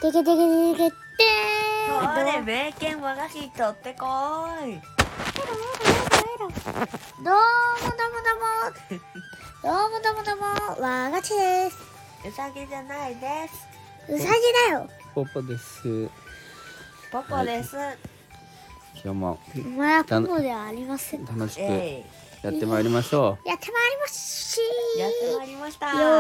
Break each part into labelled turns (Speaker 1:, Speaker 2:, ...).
Speaker 1: てけてけてけて
Speaker 2: それ名犬和菓子取ってこーい。
Speaker 1: どうも和菓子です。
Speaker 2: うさぎじゃないです。
Speaker 1: うさぎだよ。
Speaker 3: ポポです。
Speaker 2: ポポです。
Speaker 3: 今日も
Speaker 1: お前はポポではありません。
Speaker 3: 楽しく
Speaker 2: え
Speaker 3: やってまいりましょ
Speaker 1: やってまいりますし
Speaker 2: い、やってまいりました。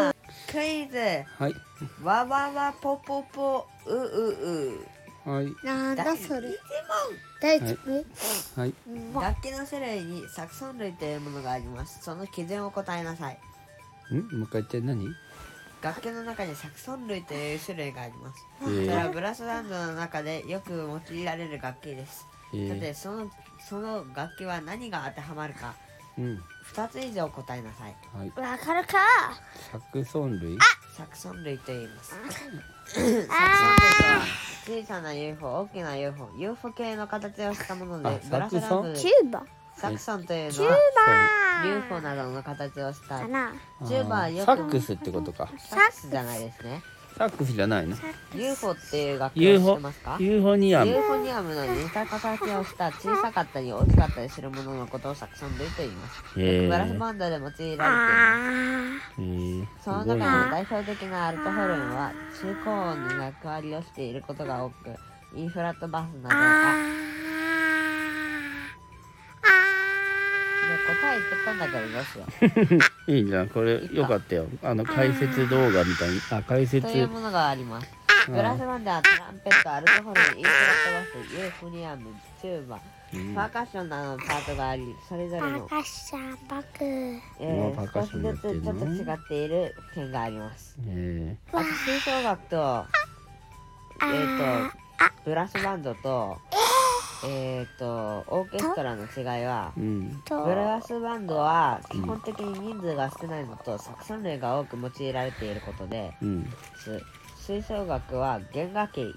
Speaker 2: クイズ。
Speaker 3: う。はい。
Speaker 2: わわわぽぽぽううう。
Speaker 3: はい。
Speaker 1: なんだ
Speaker 2: 第
Speaker 1: それ。
Speaker 2: 一
Speaker 1: 第一
Speaker 3: はい。
Speaker 2: 問。楽器の種類にサクソン類というものがあります。その基準を答えなさい。
Speaker 3: もう一回言って何？
Speaker 2: 楽器の中にサクソン類という種類があります。
Speaker 3: えー
Speaker 2: それはブラスバンドの中でよく用いられる楽器です。さてその楽器は何が当てはまるか2つ以上答えなさい。
Speaker 3: はい。
Speaker 1: わかるか。
Speaker 3: サクソン類？
Speaker 2: サクソン類と言います。サクソン
Speaker 1: あ
Speaker 2: 類とは小さな UFO、大きな UFO 系の形をしたもので、
Speaker 3: あ
Speaker 2: ブラスバンド
Speaker 1: チューバ
Speaker 2: サクソンという
Speaker 1: チュー
Speaker 2: のは
Speaker 1: バ
Speaker 2: UFO などの形をした
Speaker 1: かな。
Speaker 2: チューバーよく
Speaker 3: サックスってことか。
Speaker 2: サックスじゃないですね。
Speaker 3: サックスじゃないの？
Speaker 2: UFO っていう楽器を知ってますか？
Speaker 3: ユーフォニアム。
Speaker 2: ユーフォニアムの似た形をした小さかったり大きかったりするもののことをサクソン類と言います。ブラスバンドで用いられています。その中でも代表的なアルトホルンは中高音の役割をしていることが多く、インフラットバスなど答え言ってたんだけどどうしよう。
Speaker 3: いいじゃん。これよかったよ。解説動画みたいに。解説。
Speaker 2: というものがあります。ブラスバンドはトランペット、アルトホルン、インフラットバス、ユーフォニアム、チューバ、パーカッションなどのパートがあり、それぞれの、
Speaker 1: パーカッションバク。
Speaker 2: 少しずつちょっと違っている点があります。あと吹奏楽と、ブラスバンドと、オーケストラの違いは、ブラスバンドは基本的に人数が少ないのとサクソン類が多く用いられていることで、吹奏楽は弦楽器、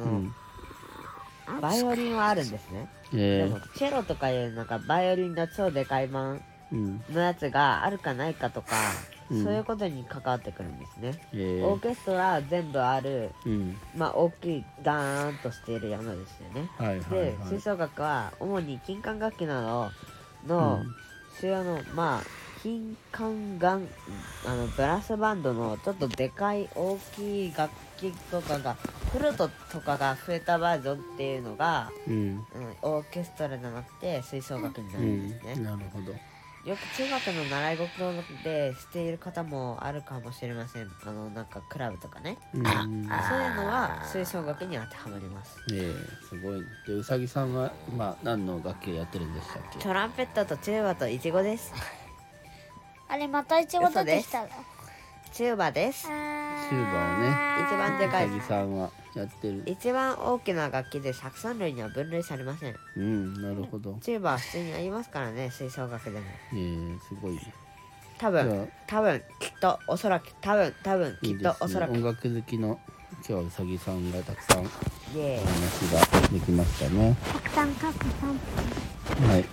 Speaker 2: バイオリンはあるんですね。でもチェロとかいうなんかバイオリンの超でかい版のやつがあるかないかとか、そういうことに関わってくるんですね。オーケストラは全部ある、大きいダーンとしている山ですよね。で吹奏楽は主に金管楽器などの主要の金管楽ブラスバンドのちょっとでかい大きい楽器とかがフルートとかが増えたバージョンっていうのが、オーケストラじゃなくて吹奏楽になるんですね。
Speaker 3: なるほど。
Speaker 2: よく中学の習い事でしている方もあるかもしれません。なんかクラブとかね。そういうのは吹奏楽に当てはまります。
Speaker 3: すごいね。で、うさぎさんは何の楽器をやってるんでしたっけ？
Speaker 2: トランペットとチューバとイチゴです。
Speaker 1: あれまたイチゴ出てきたの。
Speaker 2: チューバです。
Speaker 3: チューバをね、
Speaker 2: 一番でかい。
Speaker 3: うさぎさんはやってる。
Speaker 2: 一番大きな楽器でサクソン類には分類されません。
Speaker 3: なるほど。
Speaker 2: チューバは普通にありますからね、吹奏楽でも。
Speaker 3: すごいね。
Speaker 2: 多分きっとおそらく多分きっとおそらく。
Speaker 3: 音楽好きの今日はうさぎさんがたくさんお話ができましたね。
Speaker 1: たくさんたくさん。
Speaker 3: はい。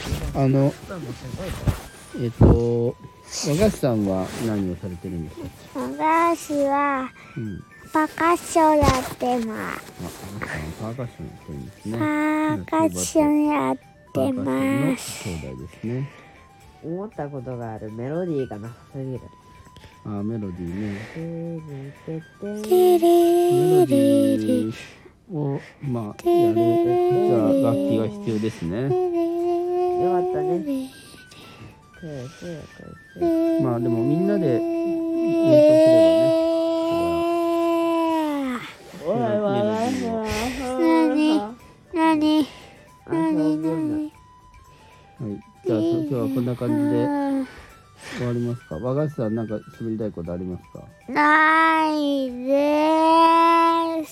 Speaker 3: 和菓子さんは何をされてるんですか？
Speaker 1: 和菓子はパーカッションやってます。
Speaker 3: パーカッションやってるんですね。
Speaker 1: パーカッションやってます。
Speaker 3: 兄弟ですね。
Speaker 2: 思ったことがある。メロディーがなさすぎる。
Speaker 3: メロディーね。
Speaker 1: テレ
Speaker 3: メロデ
Speaker 1: レ
Speaker 3: ィーをやる楽器が必要ですね。
Speaker 2: よかったね。
Speaker 3: でもみんなで演奏すればね。
Speaker 1: 何
Speaker 3: はい。じゃあ今日はこんな感じで終わりますか？和菓子さんなんか喋りたいことありますか？
Speaker 1: ないです。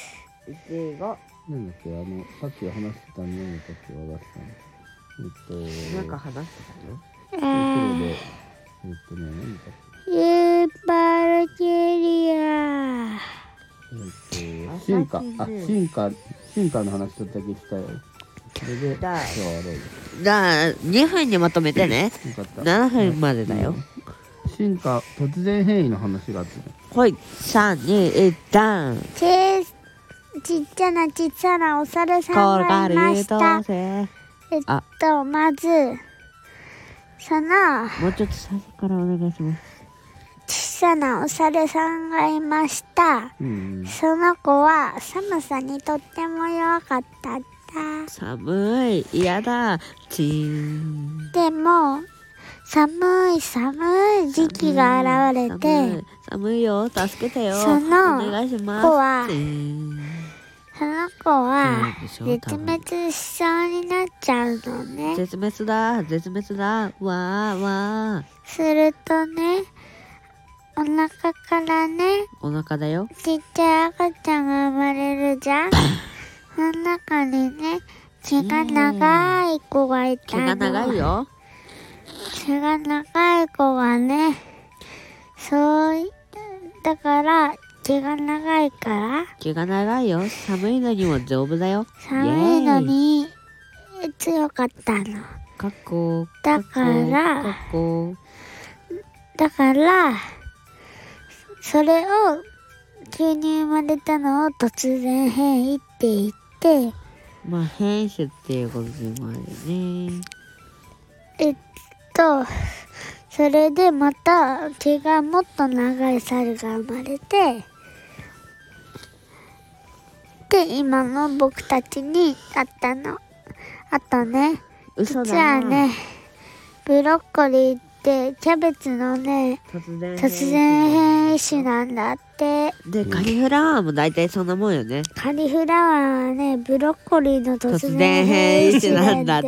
Speaker 2: いちご。
Speaker 3: なんだっけさっき話してたのなんだったっけ和菓子さん。
Speaker 2: なんか話してたの？
Speaker 3: 黒で何だったっけ？
Speaker 1: ユーバルキリア。
Speaker 3: 進化の話ちょっとだけしたよ。それで今日は
Speaker 2: じゃあ2分にまとめてね。
Speaker 3: よかった。
Speaker 2: 7分までだよ。
Speaker 3: 突然変異の話があってね。
Speaker 2: はい、3、2、1、ダン。
Speaker 1: ちっちゃな小さなお猿さんがいました。まず
Speaker 2: もうちょっと最初からお願いします。
Speaker 1: 小さなお猿さんがいました。その子は寒さにとっても弱かったんだ。
Speaker 2: 寒い、嫌だ、チーン。
Speaker 1: でも寒い時期が現れて、
Speaker 2: 寒いよ、助けてよ、
Speaker 1: その
Speaker 2: お願いします。
Speaker 1: その子は絶滅しそうになっちゃうのね。
Speaker 2: 絶滅だ、わーわー。
Speaker 1: するとね、お腹からね、
Speaker 2: お腹だよ、
Speaker 1: ちっちゃい赤ちゃんが生まれるじゃん。その中にね、毛が長い子がいたの。
Speaker 2: 毛が長いよ。
Speaker 1: 毛が長い子がね、だから毛が長いから。
Speaker 2: 毛が長いよ。寒いのにも丈夫だよ。
Speaker 1: 寒いのに強かったの。だからそれを急に生まれたのを突然変異って言って、
Speaker 2: まあ変種っていうことでもあるね。
Speaker 1: それでまた毛がもっと長い猿が生まれて、で今の僕たちにあったの。あとね、実はね、ブロッコリーってキャベツのね、突然変異種なんだって。
Speaker 2: でカリフラワーも大体そんなもんよね。
Speaker 1: カリフラワーはね、ブロッコリーの突然変異種なんだって。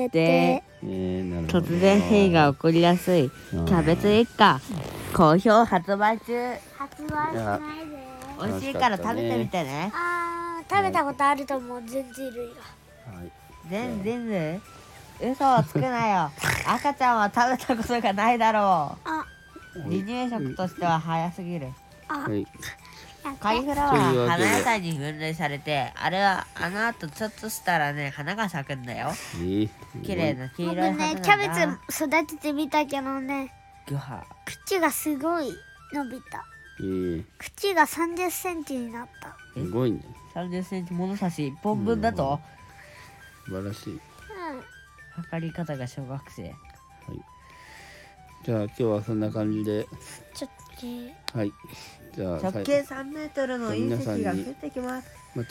Speaker 2: 突然変異が起こりやすいキャベツ一家、好評発売中。
Speaker 1: 発売しないで。
Speaker 2: 美味しいから食べてみてね。
Speaker 1: 食べたことあると思う、全人類が。
Speaker 2: 全人類？嘘をつくなよ。赤ちゃんは食べたことがないだろう。離乳食としては早すぎる。カリフラワーは花野菜に分類されて、あれはあの後ちょっとしたらね、花が咲くんだよ。綺麗な黄色い花なんだ。
Speaker 1: 僕ね、キャベツ育ててみたけどね、口がすごい伸びた。口が30センチになった。
Speaker 3: すごいね。
Speaker 2: 30センチ物差し1本分だと。
Speaker 3: 素晴らしい。
Speaker 2: 測り方が小学生。
Speaker 3: じゃあ今日はそんな感じで。はい。じゃあ
Speaker 2: 直径3メートルの隕石が降ってきます。
Speaker 3: ま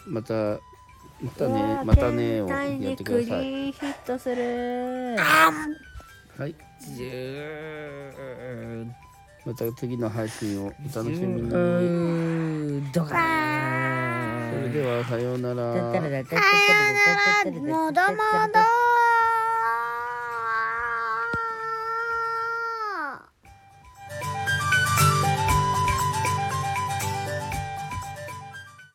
Speaker 3: たねをやってください。
Speaker 2: クリーンヒットする。
Speaker 3: はい。また次の配信をお楽しみに。
Speaker 2: ドカーン。
Speaker 3: それではさようなら。
Speaker 1: もどもど